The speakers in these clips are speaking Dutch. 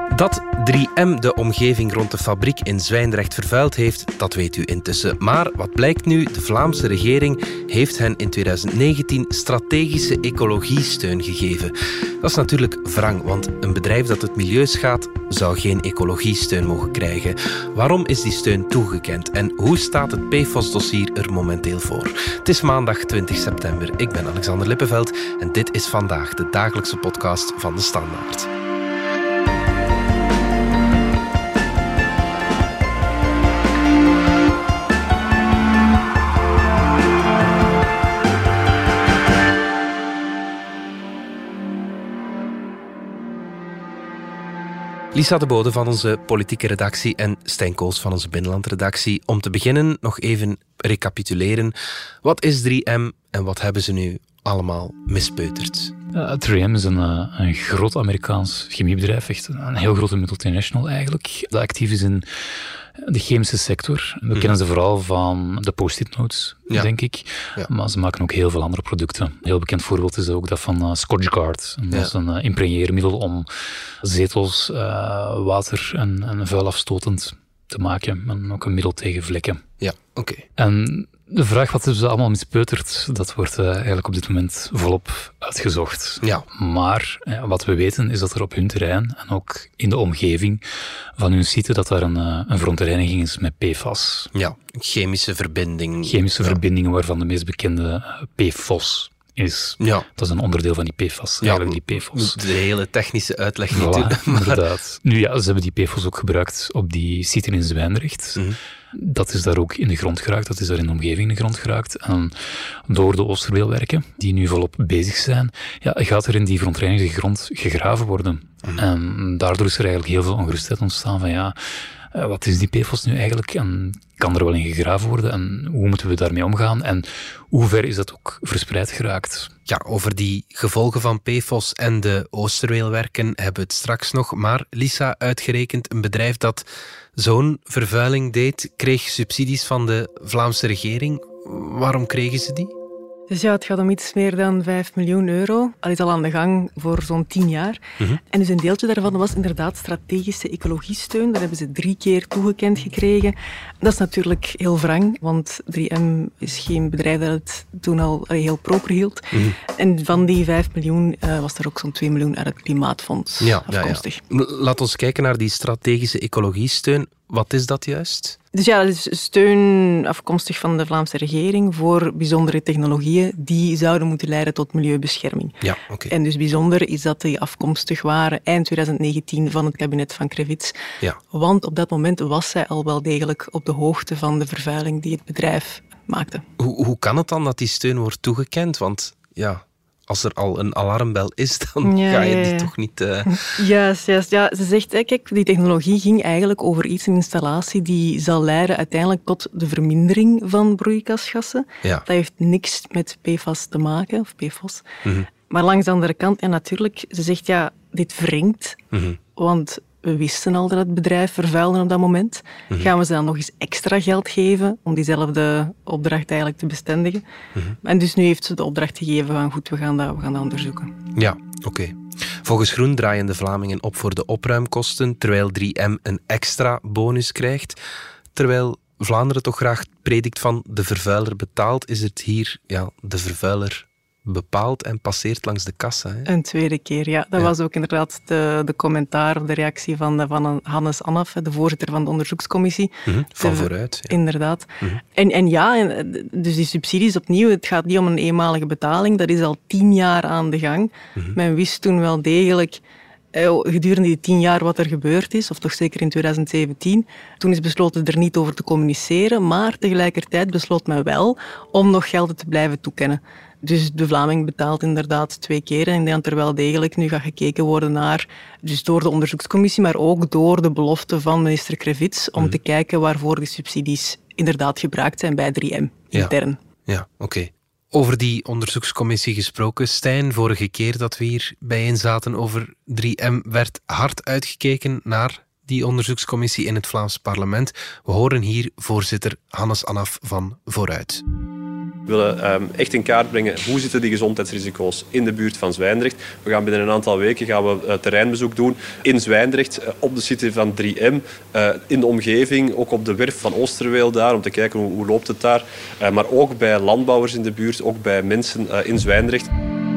Dat 3M de omgeving rond de fabriek in Zwijndrecht vervuild heeft, dat weet u intussen. Maar wat blijkt nu? De Vlaamse regering heeft hen in 2019 strategische ecologiesteun gegeven. Dat is natuurlijk wrang, want een bedrijf dat het milieu schaadt, zou geen ecologiesteun mogen krijgen. Waarom is die steun toegekend en hoe staat het PFOS-dossier er momenteel voor? Het is maandag 20 september. Ik ben Alexander Lippenveld en dit is Vandaag, de dagelijkse podcast van De Standaard. Lisa de Bode van onze politieke redactie en Stijn Kools van onze binnenlandredactie. Om te beginnen nog even recapituleren. Wat is 3M en wat hebben ze nu allemaal mispeuterd? 3M is een groot Amerikaans chemiebedrijf, echt een heel grote multinational eigenlijk, dat actief is in de chemische sector. We kennen ze vooral van de post-it notes, denk ik. Ja. Maar ze maken ook heel veel andere producten. Een heel bekend voorbeeld is ook dat van Scotchgard. Dat is een impregneermiddel om zetels water en vuil afstotend te maken. En ook een middel tegen vlekken. Ja, oké. En de vraag wat hebben ze allemaal mispeuterd, dat wordt eigenlijk op dit moment volop uitgezocht. Ja. Maar wat we weten is dat er op hun terrein en ook in de omgeving van hun site dat daar een verontreiniging is met PFAS. Ja, chemische verbinding. Chemische verbindingen waarvan de meest bekende PFOS is. Ja. Dat is een onderdeel van die PFAS, eigenlijk die PFOS. De hele technische uitleg voilà, niet doen. Inderdaad. Nu ja, ze hebben die PFOS ook gebruikt op die site in Zwijndrecht. Mm-hmm. Dat is daar ook in de grond geraakt, dat is daar in de omgeving in de grond geraakt. En door de Oosterweelwerken, die nu volop bezig zijn, gaat er in die verontreinigde grond gegraven worden. Mm-hmm. En daardoor is er eigenlijk heel veel ongerustheid ontstaan van wat is die PFOS nu eigenlijk en kan er wel in gegraven worden en hoe moeten we daarmee omgaan en hoe ver is dat ook verspreid geraakt? Ja, over die gevolgen van PFOS en de Oosterweelwerken hebben we het straks nog. Maar Lisa, uitgerekend een bedrijf dat zo'n vervuiling deed, kreeg subsidies van de Vlaamse regering. Waarom kregen ze die? Dus het gaat om iets meer dan 5 miljoen euro. Al is al aan de gang voor zo'n 10 jaar. Mm-hmm. En dus een deeltje daarvan was inderdaad strategische ecologiesteun. Dat hebben ze 3 keer toegekend gekregen. Dat is natuurlijk heel wrang, want 3M is geen bedrijf dat het toen al heel proper hield. Mm-hmm. En van die 5 miljoen was er ook zo'n 2 miljoen uit het Klimaatfonds afkomstig. Ja. Laten we kijken naar die strategische ecologiesteun. Wat is dat juist? Dus dat is steun afkomstig van de Vlaamse regering voor bijzondere technologieën die zouden moeten leiden tot milieubescherming. Ja, okay. En dus bijzonder is dat die afkomstig waren eind 2019 van het kabinet van Krevits. Ja. Want op dat moment was zij al wel degelijk op de hoogte van de vervuiling die het bedrijf maakte. Hoe kan het dan dat die steun wordt toegekend? Want als er al een alarmbel is, dan ga je die toch niet... Juist. Ja, ze zegt, kijk, die technologie ging eigenlijk over een installatie die zal leiden uiteindelijk tot de vermindering van broeikasgassen. Ja. Dat heeft niks met PFAS te maken, of PFOS. Mm-hmm. Maar langs de andere kant, en natuurlijk, ze zegt, dit wringt, want we wisten al dat het bedrijf vervuilde op dat moment. Mm-hmm. Gaan we ze dan nog eens extra geld geven om diezelfde opdracht eigenlijk te bestendigen? Mm-hmm. En dus nu heeft ze de opdracht gegeven van goed, we gaan dat onderzoeken. Ja, oké. Volgens Groen draaien de Vlamingen op voor de opruimkosten, terwijl 3M een extra bonus krijgt. Terwijl Vlaanderen toch graag predikt van de vervuiler betaalt, is het hier de vervuiler bepaald en passeert langs de kassa. Hè? Een tweede keer, Dat was ook inderdaad de commentaar of de reactie van Hannes Anaf, de voorzitter van de onderzoekscommissie. Mm-hmm. Van vooruit. Ja. Inderdaad. Mm-hmm. En dus die subsidies opnieuw, het gaat niet om een eenmalige betaling, dat is al 10 jaar aan de gang. Mm-hmm. Men wist toen wel degelijk gedurende die 10 jaar wat er gebeurd is, of toch zeker in 2017. Toen is besloten er niet over te communiceren, maar tegelijkertijd besloot men wel om nog gelden te blijven toekennen. Dus de Vlaming betaalt inderdaad 2 keer en dat er wel degelijk nu gaat gekeken worden naar, dus door de onderzoekscommissie, maar ook door de belofte van minister Krevits om te kijken waarvoor die subsidies inderdaad gebruikt zijn bij 3M intern. Ja, oké. Over die onderzoekscommissie gesproken, Stijn, vorige keer dat we hier bijeen zaten over 3M werd hard uitgekeken naar die onderzoekscommissie in het Vlaams parlement. We horen hier voorzitter Hannes Anaf van Vooruit. We willen echt in kaart brengen hoe zitten die gezondheidsrisico's in de buurt van Zwijndrecht. We gaan binnen een aantal weken terreinbezoek doen in Zwijndrecht, op de site van 3M, in de omgeving, ook op de werf van Oosterweel daar, om te kijken hoe loopt het daar. Maar ook bij landbouwers in de buurt, ook bij mensen in Zwijndrecht.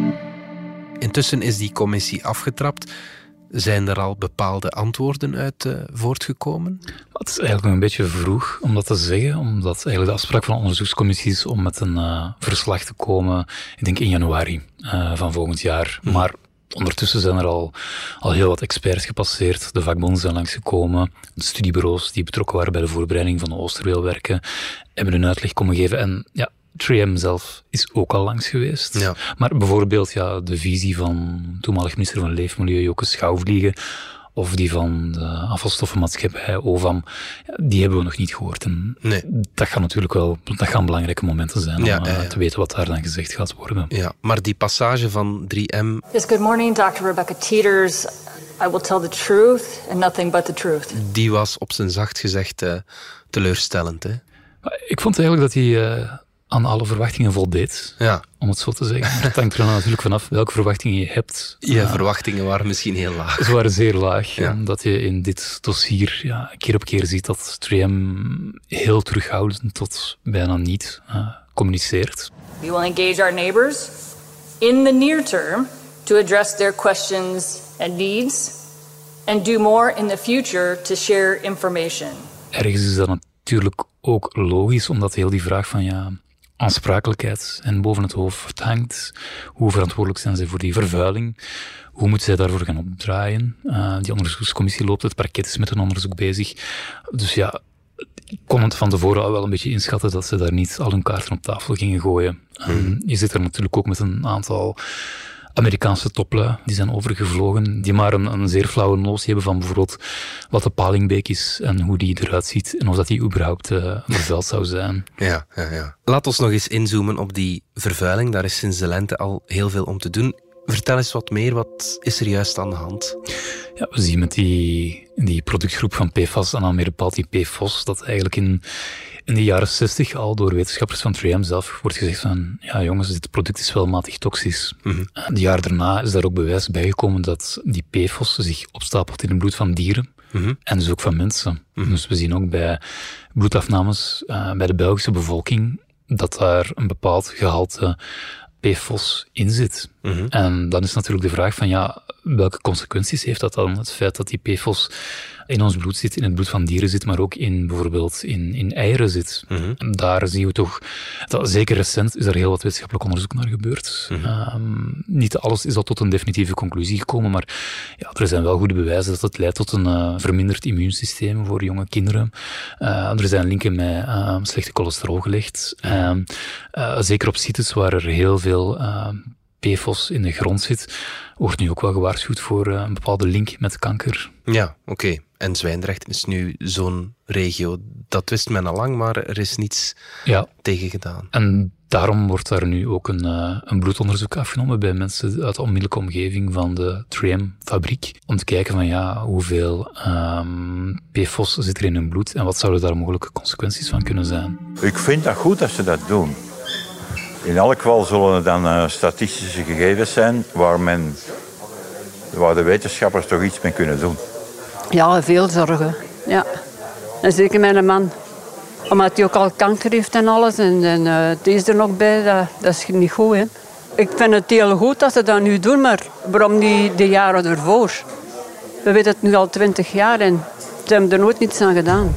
Intussen is die commissie afgetrapt. Zijn er al bepaalde antwoorden uit voortgekomen? Het is eigenlijk nog een beetje vroeg om dat te zeggen, omdat eigenlijk de afspraak van de onderzoekscommissie is om met een verslag te komen, ik denk in januari van volgend jaar. Maar ondertussen zijn er al heel wat experts gepasseerd. De vakbonden zijn langsgekomen. De studiebureaus die betrokken waren bij de voorbereiding van de Oosterweelwerken hebben hun uitleg komen geven. En ja, 3M zelf is ook al langs geweest. Ja. Maar bijvoorbeeld de visie van toenmalig minister van Leefmilieu, Joke Schouwvliegen, of die van de afvalstoffenmaatschappij, OVAM, die hebben we nog niet gehoord. En dat gaan natuurlijk dat gaan belangrijke momenten zijn om te weten wat daar dan gezegd gaat worden. Ja, maar die passage van 3M... Yes, good morning, Dr. Rebecca Teeters. I will tell the truth and nothing but the truth. Die was op zijn zacht gezegd teleurstellend, hè? Ik vond eigenlijk dat hij aan alle verwachtingen voldeed, om het zo te zeggen. Het hangt er natuurlijk vanaf welke verwachtingen je hebt. Ja, verwachtingen waren misschien heel laag. Ze waren zeer laag, omdat je in dit dossier keer op keer ziet dat 3M heel terughoudend tot bijna niet communiceert. We will engage our neighbors in the near term to address their questions and needs and do more in the future to share information. Ergens is dat natuurlijk ook logisch, omdat heel die vraag van aansprakelijkheid en boven het hoofd hangt. Hoe verantwoordelijk zijn zij voor die vervuiling? Hoe moeten zij daarvoor gaan opdraaien? Die onderzoekscommissie loopt, het parket is met een onderzoek bezig. Dus ik kon het van tevoren al wel een beetje inschatten dat ze daar niet al hun kaarten op tafel gingen gooien. Je zit er natuurlijk ook met een aantal Amerikaanse toplui, die zijn overgevlogen, die maar een zeer flauwe notie hebben van bijvoorbeeld wat de Palingbeek is en hoe die eruit ziet en of dat die überhaupt vervuild zou zijn. Ja. Laat ons nog eens inzoomen op die vervuiling. Daar is sinds de lente al heel veel om te doen. Vertel eens wat meer, wat is er juist aan de hand? Ja, we zien met die productgroep van PFAS en dan meer bepaald die PFOS, dat eigenlijk in de jaren 60 al door wetenschappers van 3M zelf wordt gezegd van, ja jongens, dit product is wel matig toxisch. De jaar daarna is daar ook bewijs bijgekomen dat die PFOS zich opstapelt in het bloed van dieren en dus ook van mensen. Dus we zien ook bij bloedafnames bij de Belgische bevolking dat daar een bepaald gehalte PFOS in zit. En dan is natuurlijk de vraag van, welke consequenties heeft dat dan? Het feit dat die PFOS in ons bloed zit, in het bloed van dieren zit, maar ook bijvoorbeeld in eieren zit. Daar zien we toch, zeker recent is er heel wat wetenschappelijk onderzoek naar gebeurd. Niet alles is al tot een definitieve conclusie gekomen, maar er zijn wel goede bewijzen dat het leidt tot een verminderd immuunsysteem voor jonge kinderen. Er zijn linken met slechte cholesterol gelegd. Zeker op sites waar er heel veel PFOS in de grond zit, wordt nu ook wel gewaarschuwd voor een bepaalde link met kanker. Ja, oké. En Zwijndrecht is nu zo'n regio. Dat wist men al lang, maar er is niets tegen gedaan. En daarom wordt daar nu ook een bloedonderzoek afgenomen bij mensen uit de onmiddellijke omgeving van de 3M-fabriek. Om te kijken van hoeveel PFOS zit er in hun bloed en wat zouden daar mogelijke consequenties van kunnen zijn. Ik vind dat goed dat ze dat doen. In elk geval zullen er dan statistische gegevens zijn waar de wetenschappers toch iets mee kunnen doen. Ja, veel zorgen. Ja. En zeker mijn man. Omdat hij ook al kanker heeft en alles. En het is er nog bij. Dat is niet goed, hè. Ik vind het heel goed dat ze dat nu doen, maar waarom niet de jaren ervoor? We weten het nu al 20 jaar en ze hebben er nooit niets aan gedaan.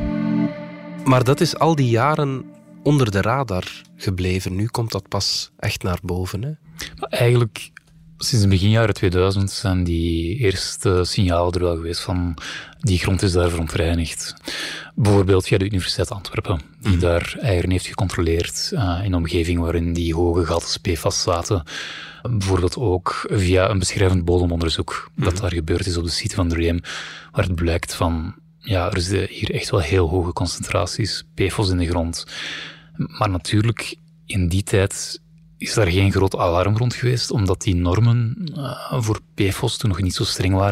Maar dat is al die jaren onder de radar gebleven. Nu komt dat pas echt naar boven, hè? Maar eigenlijk, sinds begin jaren 2000 zijn die eerste signalen er wel geweest van die grond is daar verontreinigd. Bijvoorbeeld via de Universiteit Antwerpen, die daar eieren heeft gecontroleerd in een omgeving waarin die hoge gehaltes PFAS zaten. Bijvoorbeeld ook via een beschrijvend bodemonderzoek dat daar gebeurd is op de site van 3M, waar het blijkt van, er is hier echt wel heel hoge concentraties PFOS in de grond. Maar natuurlijk, in die tijd is daar geen groot alarm rond geweest, omdat die normen voor PFOS toen nog niet zo streng waren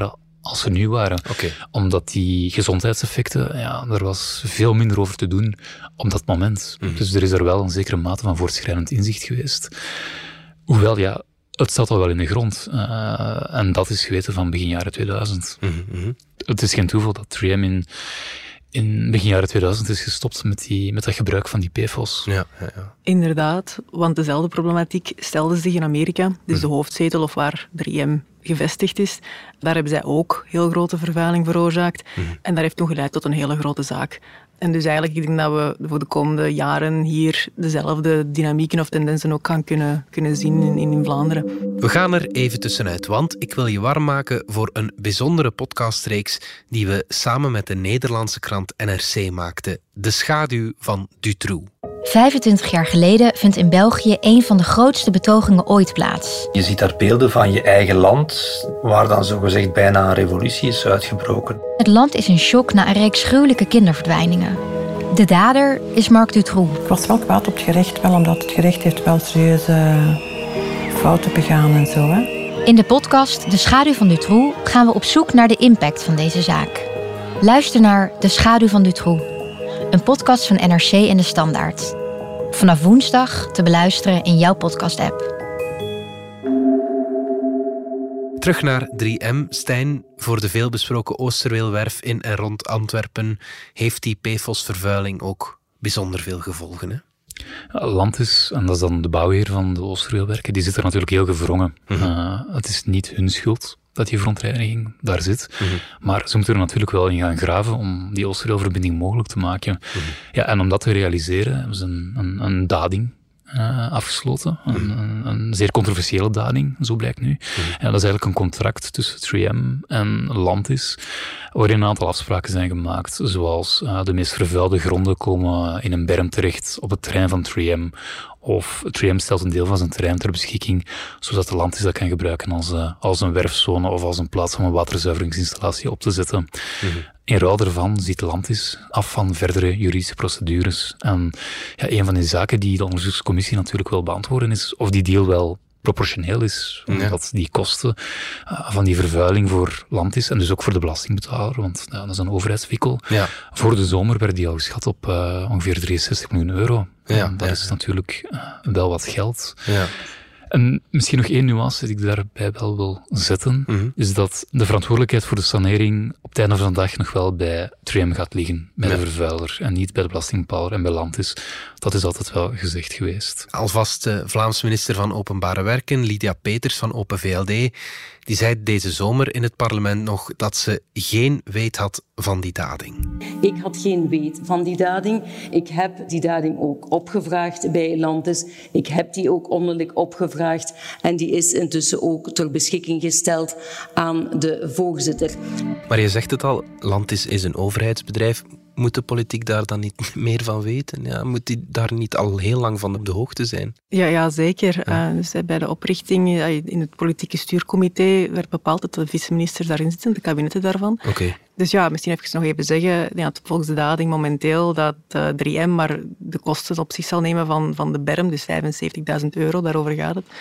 als ze nu waren. Okay. Omdat die gezondheidseffecten, er was veel minder over te doen op dat moment. Dus er is er wel een zekere mate van voortschrijdend inzicht geweest. Hoewel, het staat al wel in de grond. En dat is geweten van begin jaren 2000. Het is geen toeval dat 3M in begin jaren 2000 is gestopt met dat gebruik van die PFOS. Ja. Inderdaad, want dezelfde problematiek stelde zich in Amerika. Dus de hoofdzetel of waar 3M gevestigd is. Daar hebben zij ook heel grote vervuiling veroorzaakt. En dat heeft toen geleid tot een hele grote zaak. En dus eigenlijk, ik denk dat we voor de komende jaren hier dezelfde dynamieken of tendensen ook gaan kunnen zien in Vlaanderen. We gaan er even tussenuit, want ik wil je warm maken voor een bijzondere podcastreeks die we samen met de Nederlandse krant NRC maakten. De schaduw van Dutroux. 25 jaar geleden vindt in België een van de grootste betogingen ooit plaats. Je ziet daar beelden van je eigen land, waar dan zogezegd bijna een revolutie is uitgebroken. Het land is in shock na een reeks gruwelijke kinderverdwijningen. De dader is Marc Dutroux. Ik was wel kwaad op het gerecht, omdat het gerecht heeft wel serieuze fouten begaan en zo. Hè. In de podcast De Schaduw van Dutroux gaan we op zoek naar de impact van deze zaak. Luister naar De Schaduw van Dutroux. Een podcast van NRC en De Standaard. Vanaf woensdag te beluisteren in jouw podcast-app. Terug naar 3M. Stijn, voor de veelbesproken Oosterweelwerf in en rond Antwerpen heeft die PFOS-vervuiling ook bijzonder veel gevolgen, hè? Lantis, en dat is dan de bouwheer van de Oosterweelwerken, die zit er natuurlijk heel gevrongen. Het is niet hun schuld dat die verontreiniging daar zit. Maar ze moeten er natuurlijk wel in gaan graven om die Oosterweelverbinding mogelijk te maken. En om dat te realiseren hebben ze een dading afgesloten. Een zeer controversiële dading, zo blijkt nu. En dat is eigenlijk een contract tussen 3M en Lantis, waarin een aantal afspraken zijn gemaakt, zoals de meest vervuilde gronden komen in een berm terecht op het terrein van 3M. Of 3M stelt een deel van zijn terrein ter beschikking, zodat de Lantis dat kan gebruiken als een werfzone of als een plaats om een waterzuiveringsinstallatie op te zetten. In ruil daarvan ziet Lantis af van verdere juridische procedures. En een van die zaken die de onderzoekscommissie natuurlijk wil beantwoorden is of die deal wel proportioneel is, omdat die kosten van die vervuiling voor Lantis en dus ook voor de belastingbetaler, want dat is een overheidswikkel. Voor de zomer werd die al geschat op ongeveer 63 miljoen euro. Dat is natuurlijk wel wat geld. En misschien nog één nuance die ik daarbij wel wil zetten, is dat de verantwoordelijkheid voor de sanering op het einde van de dag nog wel bij 3M gaat liggen, bij de vervuiler, en niet bij de belastingbetaler en bij Lantis. Dat is altijd wel gezegd geweest. Alvast de Vlaamse minister van Openbare Werken, Lydia Peters van Open VLD, die zei deze zomer in het parlement nog dat ze geen weet had van die dading. Ik had geen weet van die dading. Ik heb die dading ook opgevraagd bij Lantis. Ik heb die ook onmiddellijk opgevraagd en die is intussen ook ter beschikking gesteld aan de voorzitter. Maar je zegt het al, Lantis is een overheidsbedrijf. Moet de politiek daar dan niet meer van weten? Moet die daar niet al heel lang van op de hoogte zijn? Ja, zeker. Dus bij de oprichting in het politieke stuurcomité werd bepaald dat de vice-ministers daarin zitten, de kabinetten daarvan. Dus misschien even nog even zeggen, volgens de dading momenteel dat 3M maar de kosten op zich zal nemen van de berm, dus €75.000, daarover gaat het.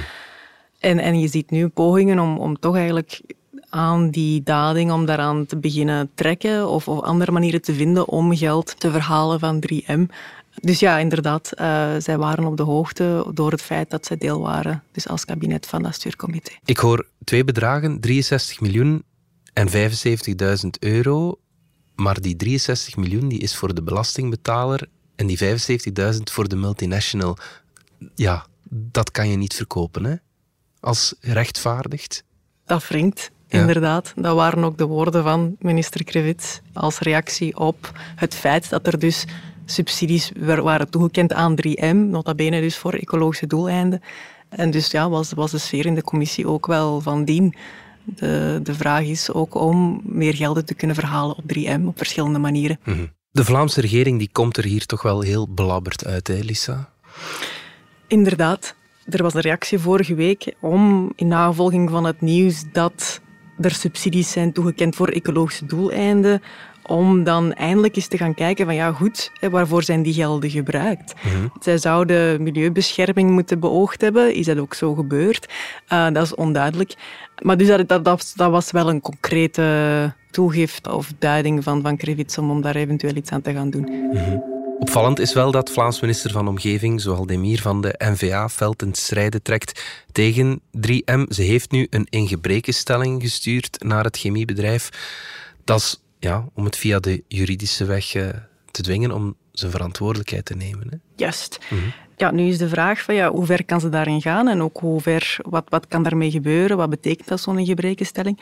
En je ziet nu pogingen om toch eigenlijk aan die dading, om daaraan te beginnen trekken of andere manieren te vinden om geld te verhalen van 3M. Dus inderdaad, zij waren op de hoogte door het feit dat zij deel waren, dus als kabinet van dat stuurcomité. Ik hoor twee bedragen, 63 miljoen en €75.000. Maar die 63 miljoen die is voor de belastingbetaler en die 75.000 voor de multinational. Ja, dat kan je niet verkopen, hè? Als rechtvaardigd. Dat wringt. Inderdaad, dat waren ook de woorden van minister Krevits als reactie op het feit dat er dus subsidies waren toegekend aan 3M, nota bene dus voor ecologische doeleinden. En dus was de sfeer in de commissie ook wel van dien. De vraag is ook om meer gelden te kunnen verhalen op 3M op verschillende manieren. De Vlaamse regering die komt er hier toch wel heel belabberd uit, hè, Lisa? Inderdaad. Er was een reactie vorige week om, in navolging van het nieuws dat er subsidies zijn toegekend voor ecologische doeleinden, om dan eindelijk eens te gaan kijken van ja goed, waarvoor zijn die gelden gebruikt? Zij zouden milieubescherming moeten beoogd hebben. Is dat ook zo gebeurd? Dat is onduidelijk. Maar dus dat was wel een concrete toegift of duiding van Krivits om daar eventueel iets aan te gaan doen. Opvallend is wel dat Vlaams minister van Omgeving, Zoaldemir van de N-VA, fel ten strijde trekt tegen 3M. Ze heeft nu een ingebrekenstelling gestuurd naar het chemiebedrijf. Dat is om het via de juridische weg te dwingen om zijn verantwoordelijkheid te nemen. Hè? Juist. Ja, nu is de vraag van hoe ver kan ze daarin gaan en ook wat kan daarmee gebeuren? Wat betekent dat, zo'n ingebrekenstelling?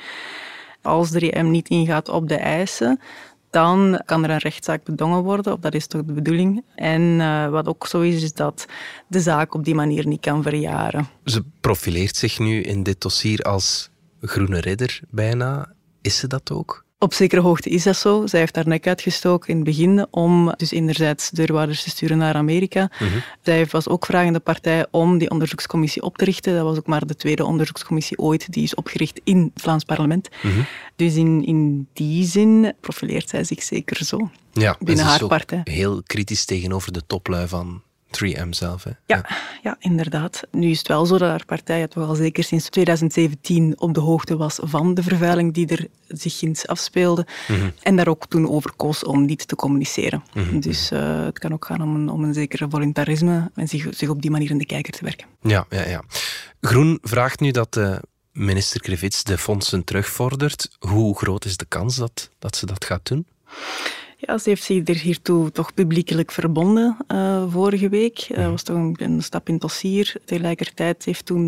Als 3M niet ingaat op de eisen, dan kan er een rechtszaak bedongen worden, of dat is toch de bedoeling. En wat ook zo is dat de zaak op die manier niet kan verjaren. Ze profileert zich nu in dit dossier als groene ridder bijna. Is ze dat ook? Op zekere hoogte is dat zo. Zij heeft haar nek uitgestoken in het begin om dus enerzijds deurwaarders te sturen naar Amerika. Zij was ook vragende partij om die onderzoekscommissie op te richten. Dat was ook maar de tweede onderzoekscommissie ooit die is opgericht in het Vlaams parlement. Dus in die zin profileert zij zich zeker zo. Ja, binnen haar ook partij. Heel kritisch tegenover de toplui van 3M zelf. Hè? Ja, inderdaad. Nu is het wel zo dat haar partij toch al zeker sinds 2017 op de hoogte was van de vervuiling die er zich ginds afspeelde. En daar ook toen over koos om niet te communiceren. Dus het kan ook gaan om een zekere voluntarisme en zich op die manier in de kijker te werken. Ja. Groen vraagt nu dat minister Krivits de fondsen terugvordert. Hoe groot is de kans dat ze dat gaat doen? Ja, ze heeft zich er hiertoe toch publiekelijk verbonden vorige week. Dat was toch een stap in het dossier. Tegelijkertijd heeft toen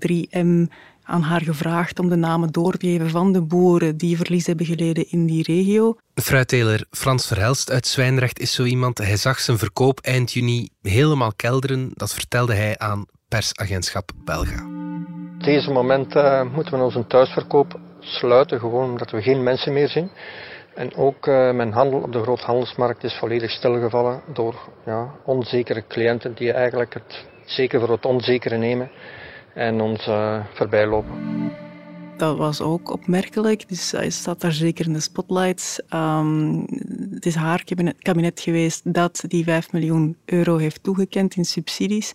3M aan haar gevraagd om de namen door te geven van de boeren die verlies hebben geleden in die regio. Fruitteler Frans Verhelst uit Zwijndrecht is zo iemand. Hij zag zijn verkoop eind juni helemaal kelderen. Dat vertelde hij aan persagentschap Belga. Op deze moment moeten we onze thuisverkoop sluiten, gewoon omdat we geen mensen meer zien. En ook mijn handel op de groothandelsmarkt is volledig stilgevallen door onzekere cliënten die eigenlijk het zeker voor het onzekere nemen en ons voorbij lopen. Dat was ook opmerkelijk, dus hij staat daar zeker in de spotlights. Het is haar kabinet geweest dat die 5 miljoen euro heeft toegekend in subsidies.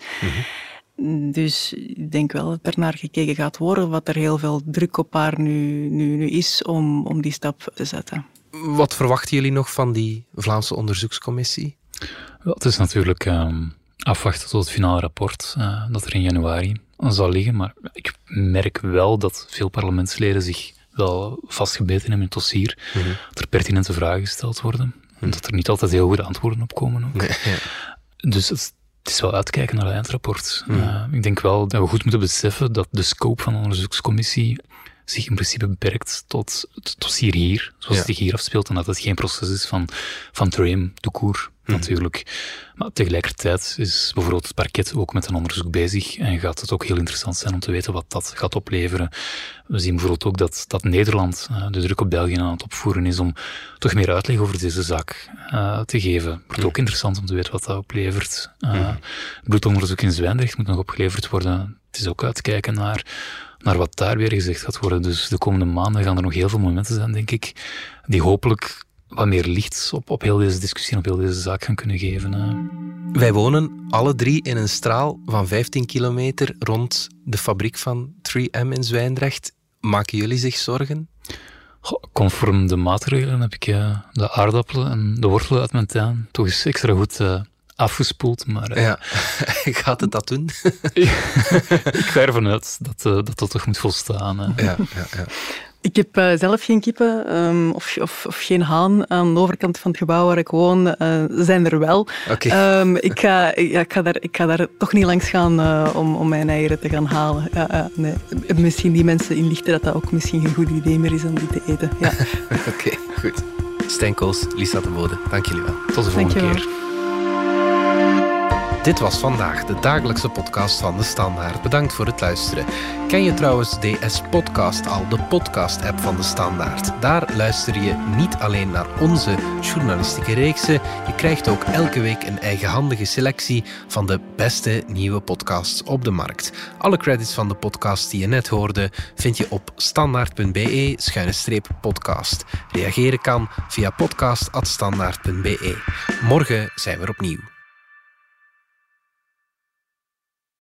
Dus ik denk wel dat er naar gekeken gaat worden, wat er heel veel druk op haar nu is om die stap te zetten. Wat verwachten jullie nog van die Vlaamse onderzoekscommissie? Wel, het is natuurlijk afwachten tot het finale rapport dat er in januari zal liggen. Maar ik merk wel dat veel parlementsleden zich wel vastgebeten hebben in het dossier. Dat er pertinente vragen gesteld worden. En dat er niet altijd heel goede antwoorden op komen ook. Dus het is wel uitkijken naar het eindrapport. Ik denk wel dat we goed moeten beseffen dat de scope van de onderzoekscommissie zich in principe beperkt tot het dossier hier, zoals het zich hier afspeelt, en dat het geen proces is van 3M tout court, natuurlijk. Maar tegelijkertijd is bijvoorbeeld het parket ook met een onderzoek bezig en gaat het ook heel interessant zijn om te weten wat dat gaat opleveren. We zien bijvoorbeeld ook dat Nederland de druk op België aan het opvoeren is om toch meer uitleg over deze zaak te geven. Het wordt ook interessant om te weten wat dat oplevert. Het bloedonderzoek in Zwijndrecht moet nog opgeleverd worden. Het is ook uitkijken naar wat daar weer gezegd gaat worden. Dus de komende maanden gaan er nog heel veel momenten zijn, denk ik, die hopelijk wat meer licht op heel deze discussie en op heel deze zaak gaan kunnen geven. Wij wonen alle drie in een straal van 15 kilometer rond de fabriek van 3M in Zwijndrecht. Maken jullie zich zorgen? Conform de maatregelen heb ik de aardappelen en de wortelen uit mijn tuin toch eens extra goed afgespoeld. Maar, gaat het dat doen? Ik ga ervan uit dat toch moet volstaan. Ja. Ik heb zelf geen kippen of geen haan. Aan de overkant van het gebouw waar ik woon zijn er wel. Okay. Ik ga daar toch niet langs gaan om mijn eieren te gaan halen. Nee. Misschien die mensen inlichten dat ook misschien geen goed idee meer is om die te eten. Ja. Oké, goed. Stijn Koos, Lisa de Bode, dank jullie wel. Tot de volgende keer. Dit was vandaag de dagelijkse podcast van De Standaard. Bedankt voor het luisteren. Ken je trouwens DS Podcast al, de podcast-app van De Standaard? Daar luister je niet alleen naar onze journalistieke reeksen, je krijgt ook elke week een eigenhandige selectie van de beste nieuwe podcasts op de markt. Alle credits van de podcast die je net hoorde vind je op standaard.be/podcast. Reageren kan via podcast@standaard.be. Morgen zijn we er opnieuw.